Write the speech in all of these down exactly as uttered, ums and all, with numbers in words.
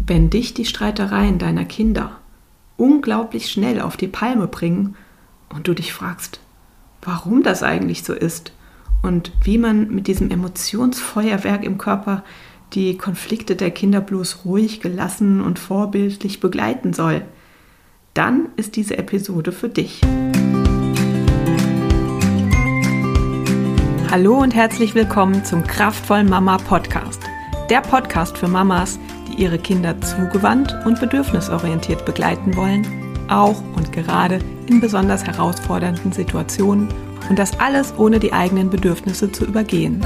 Wenn dich die Streitereien deiner Kinder unglaublich schnell auf die Palme bringen und du dich fragst, warum das eigentlich so ist und wie man mit diesem Emotionsfeuerwerk im Körper die Konflikte der Kinder bloß ruhig, gelassen und vorbildlich begleiten soll, dann ist diese Episode für dich. Hallo und herzlich willkommen zum Kraftvollen Mama Podcast. Der Podcast für Mamas, die ihre Kinder zugewandt und bedürfnisorientiert begleiten wollen, auch und gerade in besonders herausfordernden Situationen und das alles ohne die eigenen Bedürfnisse zu übergehen.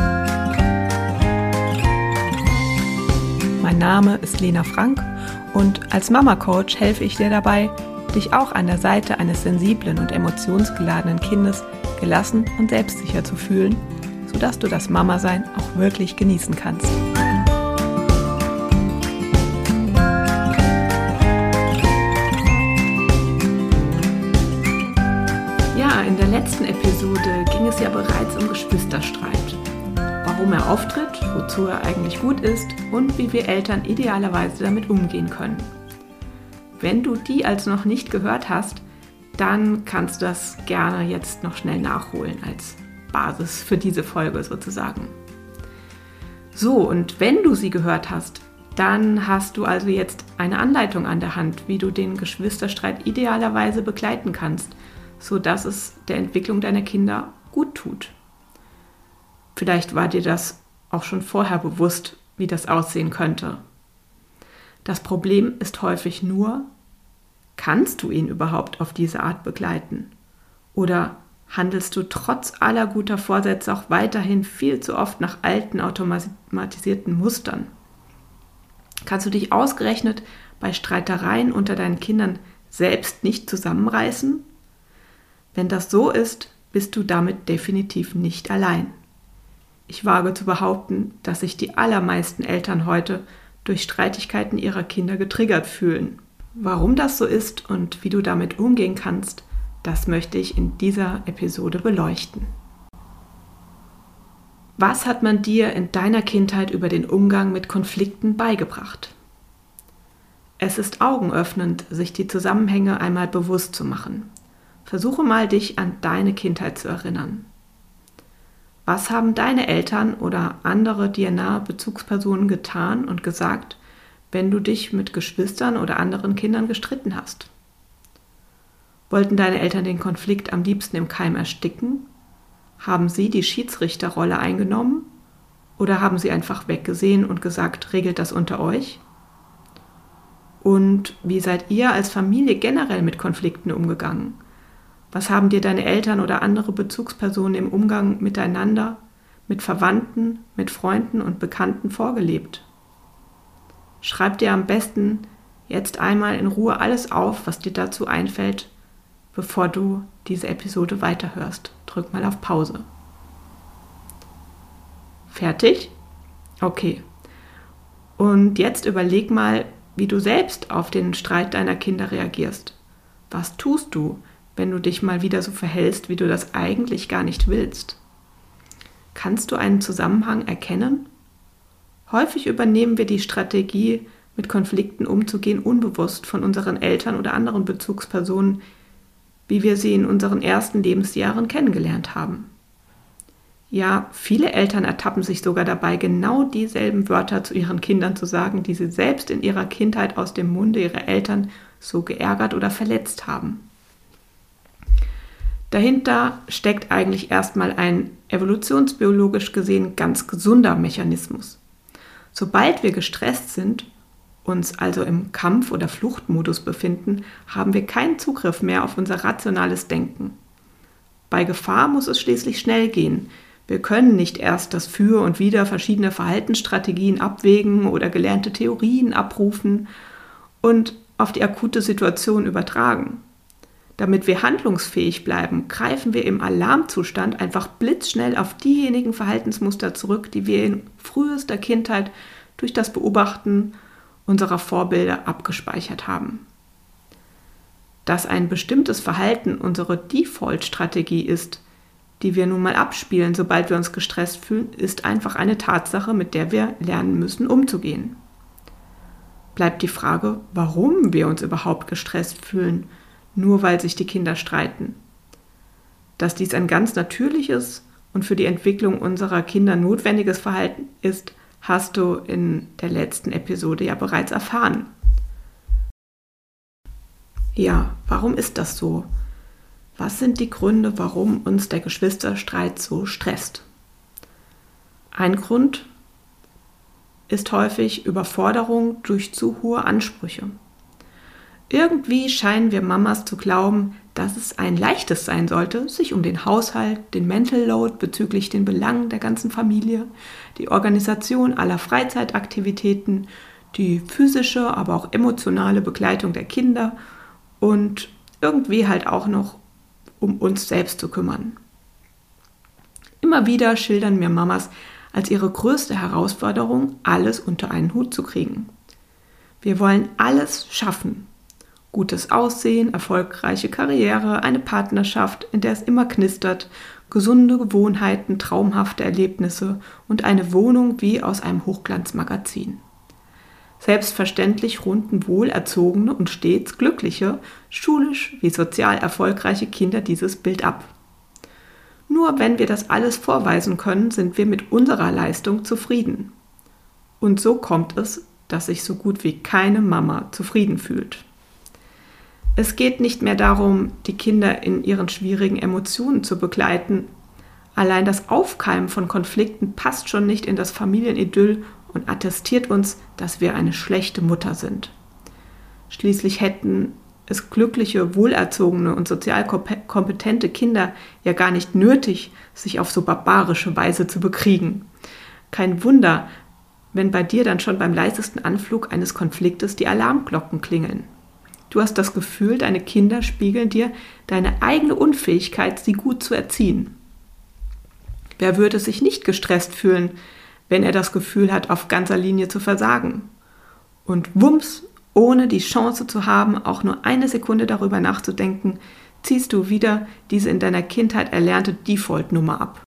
Mein Name ist Lena Frank und als Mama-Coach helfe ich dir dabei, dich auch an der Seite eines sensiblen und emotionsgeladenen Kindes gelassen und selbstsicher zu fühlen, sodass du das Mama-Sein auch wirklich genießen kannst. Ja, in der letzten Episode ging es ja bereits um Geschwisterstreit. Warum er auftritt, wozu er eigentlich gut ist und wie wir Eltern idealerweise damit umgehen können. Wenn du die also noch nicht gehört hast, dann kannst du das gerne jetzt noch schnell nachholen als Basis für diese Folge sozusagen. So, und wenn du sie gehört hast, dann hast du also jetzt eine Anleitung an der Hand, wie du den Geschwisterstreit idealerweise begleiten kannst, sodass es der Entwicklung deiner Kinder gut tut. Vielleicht war dir das auch schon vorher bewusst, wie das aussehen könnte. Das Problem ist häufig nur, kannst du ihn überhaupt auf diese Art begleiten? Oder handelst du trotz aller guter Vorsätze auch weiterhin viel zu oft nach alten automatisierten Mustern? Kannst du dich ausgerechnet bei Streitereien unter deinen Kindern selbst nicht zusammenreißen? Wenn das so ist, bist du damit definitiv nicht allein. Ich wage zu behaupten, dass sich die allermeisten Eltern heute durch Streitigkeiten ihrer Kinder getriggert fühlen. Warum das so ist und wie du damit umgehen kannst, das möchte ich in dieser Episode beleuchten. Was hat man dir in deiner Kindheit über den Umgang mit Konflikten beigebracht? Es ist augenöffnend, sich die Zusammenhänge einmal bewusst zu machen. Versuche mal, dich an deine Kindheit zu erinnern. Was haben deine Eltern oder andere dir nahe Bezugspersonen getan und gesagt, wenn du dich mit Geschwistern oder anderen Kindern gestritten hast? Wollten deine Eltern den Konflikt am liebsten im Keim ersticken? Haben sie die Schiedsrichterrolle eingenommen? Oder haben sie einfach weggesehen und gesagt, regelt das unter euch? Und wie seid ihr als Familie generell mit Konflikten umgegangen? Was haben dir deine Eltern oder andere Bezugspersonen im Umgang miteinander, mit Verwandten, mit Freunden und Bekannten vorgelebt? Schreib dir am besten jetzt einmal in Ruhe alles auf, was dir dazu einfällt, bevor du diese Episode weiterhörst. Drück mal auf Pause. Fertig? Okay. Und jetzt überleg mal, wie du selbst auf den Streit deiner Kinder reagierst. Was tust du, wenn du dich mal wieder so verhältst, wie du das eigentlich gar nicht willst? Kannst du einen Zusammenhang erkennen? Häufig übernehmen wir die Strategie, mit Konflikten umzugehen, unbewusst von unseren Eltern oder anderen Bezugspersonen, wie wir sie in unseren ersten Lebensjahren kennengelernt haben. Ja, viele Eltern ertappen sich sogar dabei, genau dieselben Wörter zu ihren Kindern zu sagen, die sie selbst in ihrer Kindheit aus dem Munde ihrer Eltern so geärgert oder verletzt haben. Dahinter steckt eigentlich erstmal ein evolutionsbiologisch gesehen ganz gesunder Mechanismus. Sobald wir gestresst sind, uns also im Kampf- oder Fluchtmodus befinden, haben wir keinen Zugriff mehr auf unser rationales Denken. Bei Gefahr muss es schließlich schnell gehen. Wir können nicht erst das Für und Wider verschiedener Verhaltensstrategien abwägen oder gelernte Theorien abrufen und auf die akute Situation übertragen. Damit wir handlungsfähig bleiben, greifen wir im Alarmzustand einfach blitzschnell auf diejenigen Verhaltensmuster zurück, die wir in frühester Kindheit durch das Beobachten unserer Vorbilder abgespeichert haben. Dass ein bestimmtes Verhalten unsere Default-Strategie ist, die wir nun mal abspielen, sobald wir uns gestresst fühlen, ist einfach eine Tatsache, mit der wir lernen müssen, umzugehen. bleibt die Frage, warum wir uns überhaupt gestresst fühlen, nur weil sich die Kinder streiten. Dass dies ein ganz natürliches und für die Entwicklung unserer Kinder notwendiges Verhalten ist, hast du in der letzten Episode ja bereits erfahren. Ja, warum ist das so? Was sind die Gründe, warum uns der Geschwisterstreit so stresst? Ein Grund ist häufig Überforderung durch zu hohe Ansprüche. Irgendwie scheinen wir Mamas zu glauben, dass es ein leichtes sein sollte, sich um den Haushalt, den Mental Load bezüglich den Belangen der ganzen Familie, die Organisation aller Freizeitaktivitäten, die physische, aber auch emotionale Begleitung der Kinder und irgendwie halt auch noch um uns selbst zu kümmern. Immer wieder schildern mir Mamas als ihre größte Herausforderung, alles unter einen Hut zu kriegen. Wir wollen alles schaffen. Gutes Aussehen, erfolgreiche Karriere, eine Partnerschaft, in der es immer knistert, gesunde Gewohnheiten, traumhafte Erlebnisse und eine Wohnung wie aus einem Hochglanzmagazin. Selbstverständlich runden wohlerzogene und stets glückliche, schulisch wie sozial erfolgreiche Kinder dieses Bild ab. Nur wenn wir das alles vorweisen können, sind wir mit unserer Leistung zufrieden. Und so kommt es, dass sich so gut wie keine Mama zufrieden fühlt. Es geht nicht mehr darum, die Kinder in ihren schwierigen Emotionen zu begleiten. Allein das Aufkeimen von Konflikten passt schon nicht in das Familienidyll und attestiert uns, dass wir eine schlechte Mutter sind. Schließlich hätten es glückliche, wohlerzogene und sozial kompetente Kinder ja gar nicht nötig, sich auf so barbarische Weise zu bekriegen. Kein Wunder, wenn bei dir dann schon beim leisesten Anflug eines Konfliktes die Alarmglocken klingeln. Du hast das Gefühl, deine Kinder spiegeln dir deine eigene Unfähigkeit, sie gut zu erziehen. Wer würde sich nicht gestresst fühlen, wenn er das Gefühl hat, auf ganzer Linie zu versagen? Und wumms, ohne die Chance zu haben, auch nur eine Sekunde darüber nachzudenken, ziehst du wieder diese in deiner Kindheit erlernte Default-Nummer ab.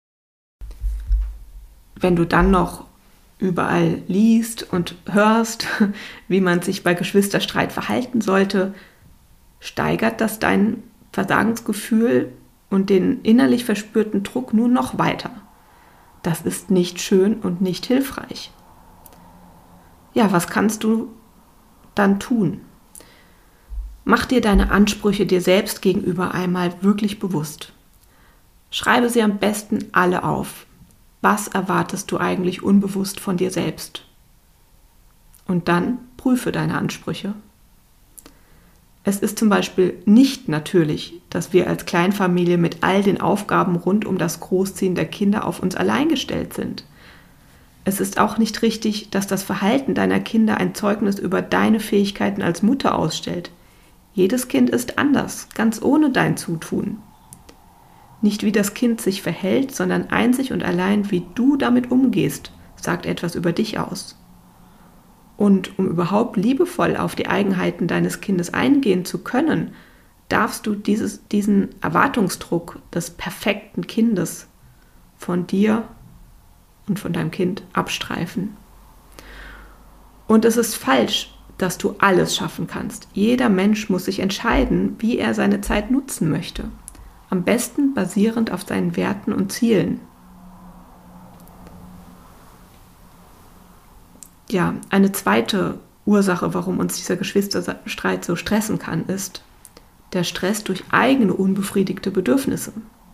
Wenn du dann noch überall liest und hörst, wie man sich bei Geschwisterstreit verhalten sollte, steigert das dein Versagensgefühl und den innerlich verspürten Druck nur noch weiter. Das ist nicht schön und nicht hilfreich. Ja, was kannst du dann tun? Mach dir deine Ansprüche dir selbst gegenüber einmal wirklich bewusst. Schreibe sie am besten alle auf. Was erwartest du eigentlich unbewusst von dir selbst? Und dann prüfe deine Ansprüche. Es ist zum Beispiel nicht natürlich, dass wir als Kleinfamilie mit all den Aufgaben rund um das Großziehen der Kinder auf uns allein gestellt sind. Es ist auch nicht richtig, dass das Verhalten deiner Kinder ein Zeugnis über deine Fähigkeiten als Mutter ausstellt. Jedes Kind ist anders, ganz ohne dein Zutun. Nicht wie das Kind sich verhält, sondern einzig und allein, wie du damit umgehst, sagt etwas über dich aus. Und um überhaupt liebevoll auf die Eigenheiten deines Kindes eingehen zu können, darfst du dieses, diesen Erwartungsdruck des perfekten Kindes von dir und von deinem Kind abstreifen. Und es ist falsch, dass du alles schaffen kannst. Jeder Mensch muss sich entscheiden, wie er seine Zeit nutzen möchte. Am besten basierend auf seinen Werten und Zielen. Ja, eine zweite Ursache, warum uns dieser Geschwisterstreit so stressen kann, ist der Stress durch eigene unbefriedigte Bedürfnisse.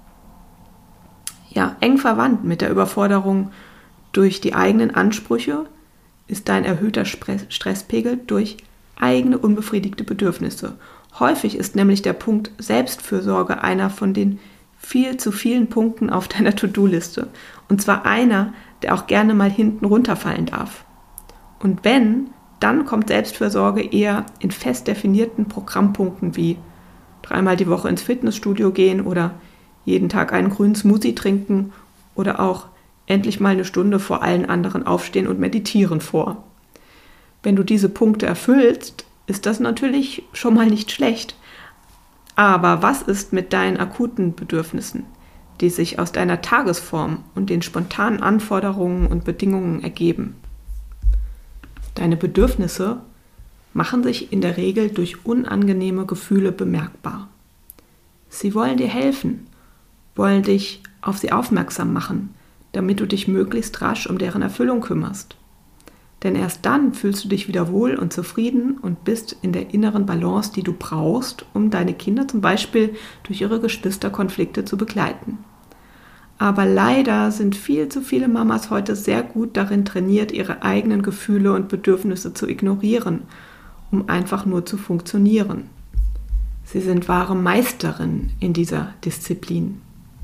Ja, eng verwandt mit der Überforderung durch die eigenen Ansprüche ist dein erhöhter Stresspegel durch eigene unbefriedigte Bedürfnisse. Häufig ist nämlich der Punkt Selbstfürsorge einer von den viel zu vielen Punkten auf deiner To-Do-Liste. Und zwar einer, der auch gerne mal hinten runterfallen darf. Und wenn, dann kommt Selbstfürsorge eher in fest definierten Programmpunkten wie dreimal die Woche ins Fitnessstudio gehen oder jeden Tag einen grünen Smoothie trinken oder auch endlich mal eine Stunde vor allen anderen aufstehen und meditieren vor. Wenn du diese Punkte erfüllst, ist das natürlich schon mal nicht schlecht. Aber was ist mit deinen akuten Bedürfnissen, die sich aus deiner Tagesform und den spontanen Anforderungen und Bedingungen ergeben? Deine Bedürfnisse machen sich in der Regel durch unangenehme Gefühle bemerkbar. Sie wollen dir helfen, wollen dich auf sie aufmerksam machen, damit du dich möglichst rasch um deren Erfüllung kümmerst. Denn erst dann fühlst du dich wieder wohl und zufrieden und bist in der inneren Balance, die du brauchst, um deine Kinder zum Beispiel durch ihre Geschwisterkonflikte zu begleiten. Aber leider sind viel zu viele Mamas heute sehr gut darin trainiert, ihre eigenen Gefühle und Bedürfnisse zu ignorieren, um einfach nur zu funktionieren. Sie sind wahre Meisterinnen in dieser Disziplin.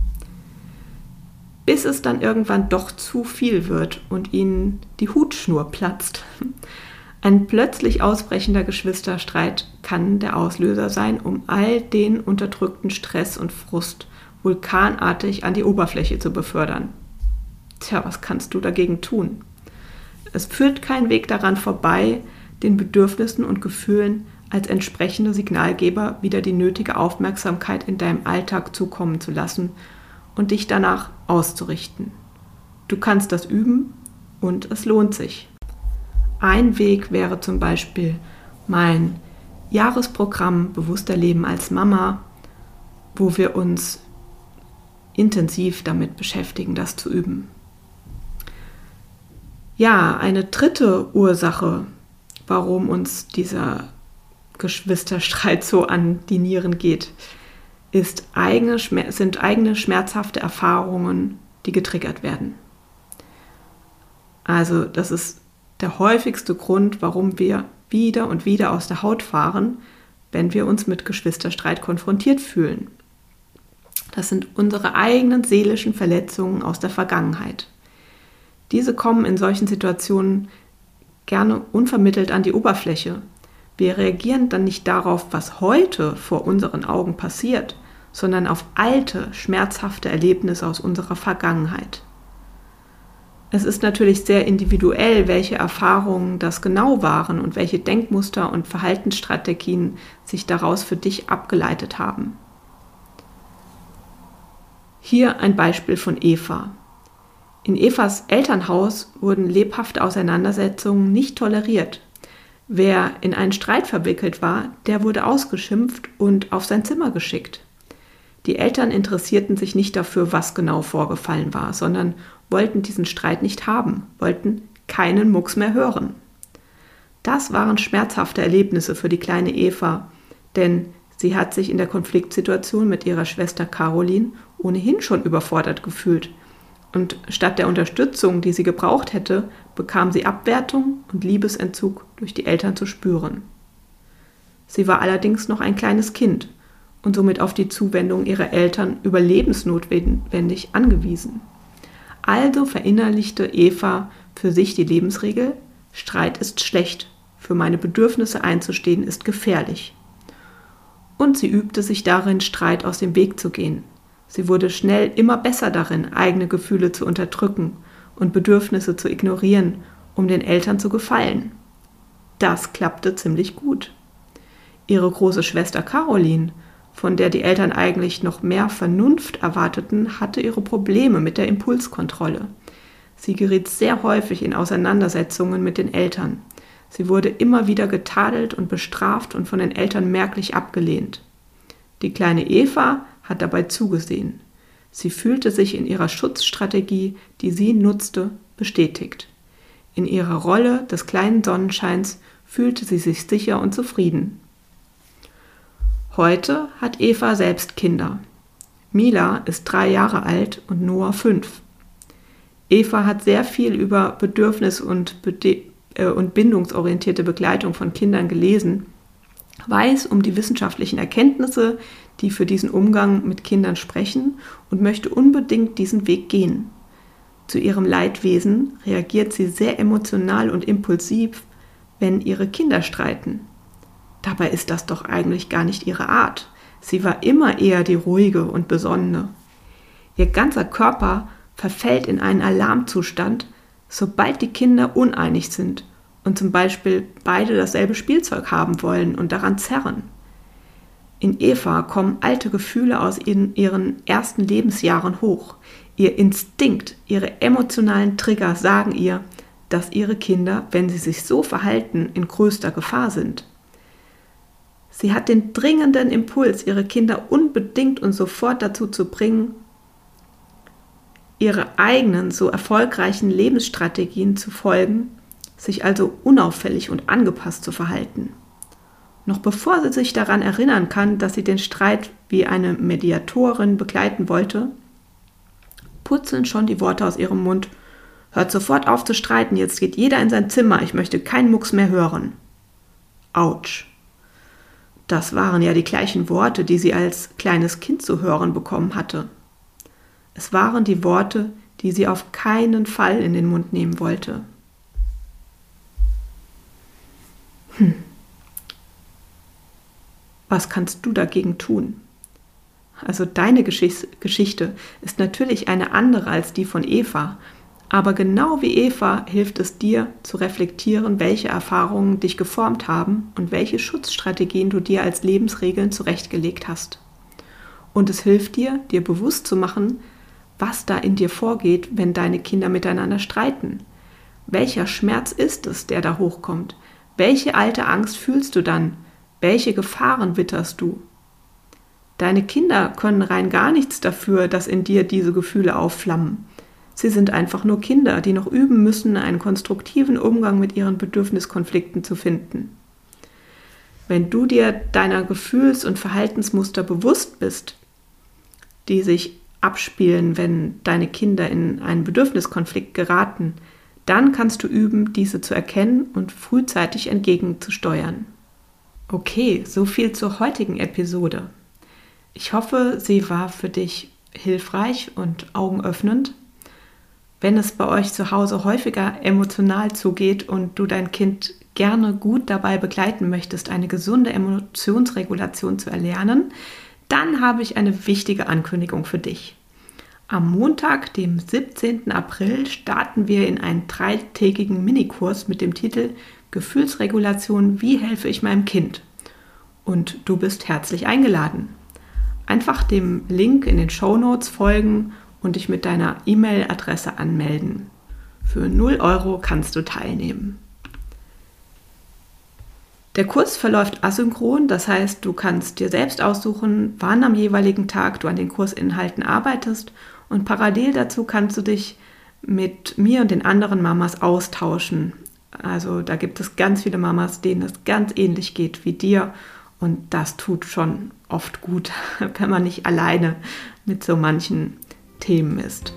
Bis es dann irgendwann doch zu viel wird und ihnen die Hutschnur platzt. Ein plötzlich ausbrechender Geschwisterstreit kann der Auslöser sein, um all den unterdrückten Stress und Frust vulkanartig an die Oberfläche zu befördern. Tja, was kannst du dagegen tun? Es führt kein Weg daran vorbei, den Bedürfnissen und Gefühlen als entsprechende Signalgeber wieder die nötige Aufmerksamkeit in deinem Alltag zukommen zu lassen und dich danach auszurichten. Du kannst das üben und es lohnt sich. Ein Weg wäre zum Beispiel mein Jahresprogramm Bewusster Leben als Mama, wo wir uns intensiv damit beschäftigen, das zu üben. Ja, eine dritte Ursache, warum uns dieser Geschwisterstreit so an die Nieren geht, ist eigene, sind eigene schmerzhafte Erfahrungen, die getriggert werden. Also das ist der häufigste Grund, warum wir wieder und wieder aus der Haut fahren, wenn wir uns mit Geschwisterstreit konfrontiert fühlen. Das sind unsere eigenen seelischen Verletzungen aus der Vergangenheit. Diese kommen in solchen Situationen gerne unvermittelt an die Oberfläche. Wir reagieren dann nicht darauf, was heute vor unseren Augen passiert, sondern auf alte, schmerzhafte Erlebnisse aus unserer Vergangenheit. Es ist natürlich sehr individuell, welche Erfahrungen das genau waren und welche Denkmuster und Verhaltensstrategien sich daraus für dich abgeleitet haben. Hier ein Beispiel von Eva. In Evas Elternhaus wurden lebhafte Auseinandersetzungen nicht toleriert. Wer in einen Streit verwickelt war, der wurde ausgeschimpft und auf sein Zimmer geschickt. Die Eltern interessierten sich nicht dafür, was genau vorgefallen war, sondern wollten diesen Streit nicht haben, wollten keinen Mucks mehr hören. Das waren schmerzhafte Erlebnisse für die kleine Eva, denn sie hat sich in der Konfliktsituation mit ihrer Schwester Caroline ohnehin schon überfordert gefühlt. Und statt der Unterstützung, die sie gebraucht hätte, bekam sie Abwertung und Liebesentzug durch die Eltern zu spüren. Sie war allerdings noch ein kleines Kind und somit auf die Zuwendung ihrer Eltern überlebensnotwendig angewiesen. Also verinnerlichte Eva für sich die Lebensregel: Streit ist schlecht, für meine Bedürfnisse einzustehen ist gefährlich. Und sie übte sich darin, Streit aus dem Weg zu gehen. Sie wurde schnell immer besser darin, eigene Gefühle zu unterdrücken und Bedürfnisse zu ignorieren, um den Eltern zu gefallen. Das klappte ziemlich gut. Ihre große Schwester Caroline, von der die Eltern eigentlich noch mehr Vernunft erwarteten, hatte ihre Probleme mit der Impulskontrolle. Sie geriet sehr häufig in Auseinandersetzungen mit den Eltern. Sie wurde immer wieder getadelt und bestraft und von den Eltern merklich abgelehnt. Die kleine Eva hat dabei zugesehen. Sie fühlte sich in ihrer Schutzstrategie, die sie nutzte, bestätigt. In ihrer Rolle des kleinen Sonnenscheins fühlte sie sich sicher und zufrieden. Heute hat Eva selbst Kinder. Mila ist drei Jahre alt und Noah fünf. Eva hat sehr viel über Bedürfnis- und, bede- äh, und bindungsorientierte Begleitung von Kindern gelesen, weiß um die wissenschaftlichen Erkenntnisse, die für diesen Umgang mit Kindern sprechen, und möchte unbedingt diesen Weg gehen. Zu ihrem Leidwesen reagiert sie sehr emotional und impulsiv, wenn ihre Kinder streiten. Dabei ist das doch eigentlich gar nicht ihre Art. Sie war immer eher die ruhige und besonnene. Ihr ganzer Körper verfällt in einen Alarmzustand, sobald die Kinder uneinig sind und zum Beispiel beide dasselbe Spielzeug haben wollen und daran zerren. In Eva kommen alte Gefühle aus in ihren ersten Lebensjahren hoch. Ihr Instinkt, ihre emotionalen Trigger sagen ihr, dass ihre Kinder, wenn sie sich so verhalten, in größter Gefahr sind. Sie hat den dringenden Impuls, ihre Kinder unbedingt und sofort dazu zu bringen, ihre eigenen so erfolgreichen Lebensstrategien zu folgen, sich also unauffällig und angepasst zu verhalten. Noch bevor sie sich daran erinnern kann, dass sie den Streit wie eine Mediatorin begleiten wollte, purzeln schon die Worte aus ihrem Mund: Hört sofort auf zu streiten, jetzt geht jeder in sein Zimmer, ich möchte keinen Mucks mehr hören. Autsch. Das waren ja die gleichen Worte, die sie als kleines Kind zu hören bekommen hatte. Es waren die Worte, die sie auf keinen Fall in den Mund nehmen wollte. Hm. Was kannst du dagegen tun? Also deine Geschichte ist natürlich eine andere als die von Eva, aber genau wie Eva hilft es dir zu reflektieren, welche Erfahrungen dich geformt haben und welche Schutzstrategien du dir als Lebensregeln zurechtgelegt hast. Und es hilft dir, dir bewusst zu machen, was da in dir vorgeht, wenn deine Kinder miteinander streiten. Welcher Schmerz ist es, der da hochkommt? Welche alte Angst fühlst du dann? Welche Gefahren witterst du? Deine Kinder können rein gar nichts dafür, dass in dir diese Gefühle aufflammen. Sie sind einfach nur Kinder, die noch üben müssen, einen konstruktiven Umgang mit ihren Bedürfniskonflikten zu finden. Wenn du dir deiner Gefühls- und Verhaltensmuster bewusst bist, die sich abspielen, wenn deine Kinder in einen Bedürfniskonflikt geraten, dann kannst du üben, diese zu erkennen und frühzeitig entgegenzusteuern. Okay, so viel zur heutigen Episode. Ich hoffe, sie war für dich hilfreich und augenöffnend. Wenn es bei euch zu Hause häufiger emotional zugeht und du dein Kind gerne gut dabei begleiten möchtest, eine gesunde Emotionsregulation zu erlernen, dann habe ich eine wichtige Ankündigung für dich. Am Montag, dem siebzehnten April, starten wir in einen dreitägigen Minikurs mit dem Titel Gefühlsregulation, wie helfe ich meinem Kind? Und du bist herzlich eingeladen. Einfach dem Link in den Shownotes folgen und dich mit deiner E-Mail-Adresse anmelden. Für null Euro kannst du teilnehmen. Der Kurs verläuft asynchron, das heißt, du kannst dir selbst aussuchen, wann am jeweiligen Tag du an den Kursinhalten arbeitest, und parallel dazu kannst du dich mit mir und den anderen Mamas austauschen. Also da gibt es ganz viele Mamas, denen es ganz ähnlich geht wie dir, und das tut schon oft gut, wenn man nicht alleine mit so manchen Themen ist.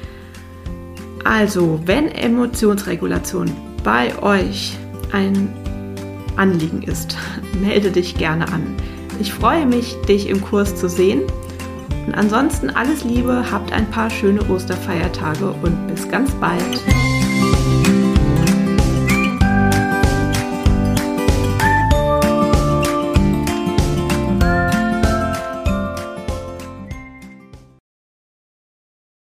Also, wenn Emotionsregulation bei euch ein Anliegen ist, melde dich gerne an. Ich freue mich, dich im Kurs zu sehen. Und ansonsten alles Liebe, habt ein paar schöne Osterfeiertage und bis ganz bald.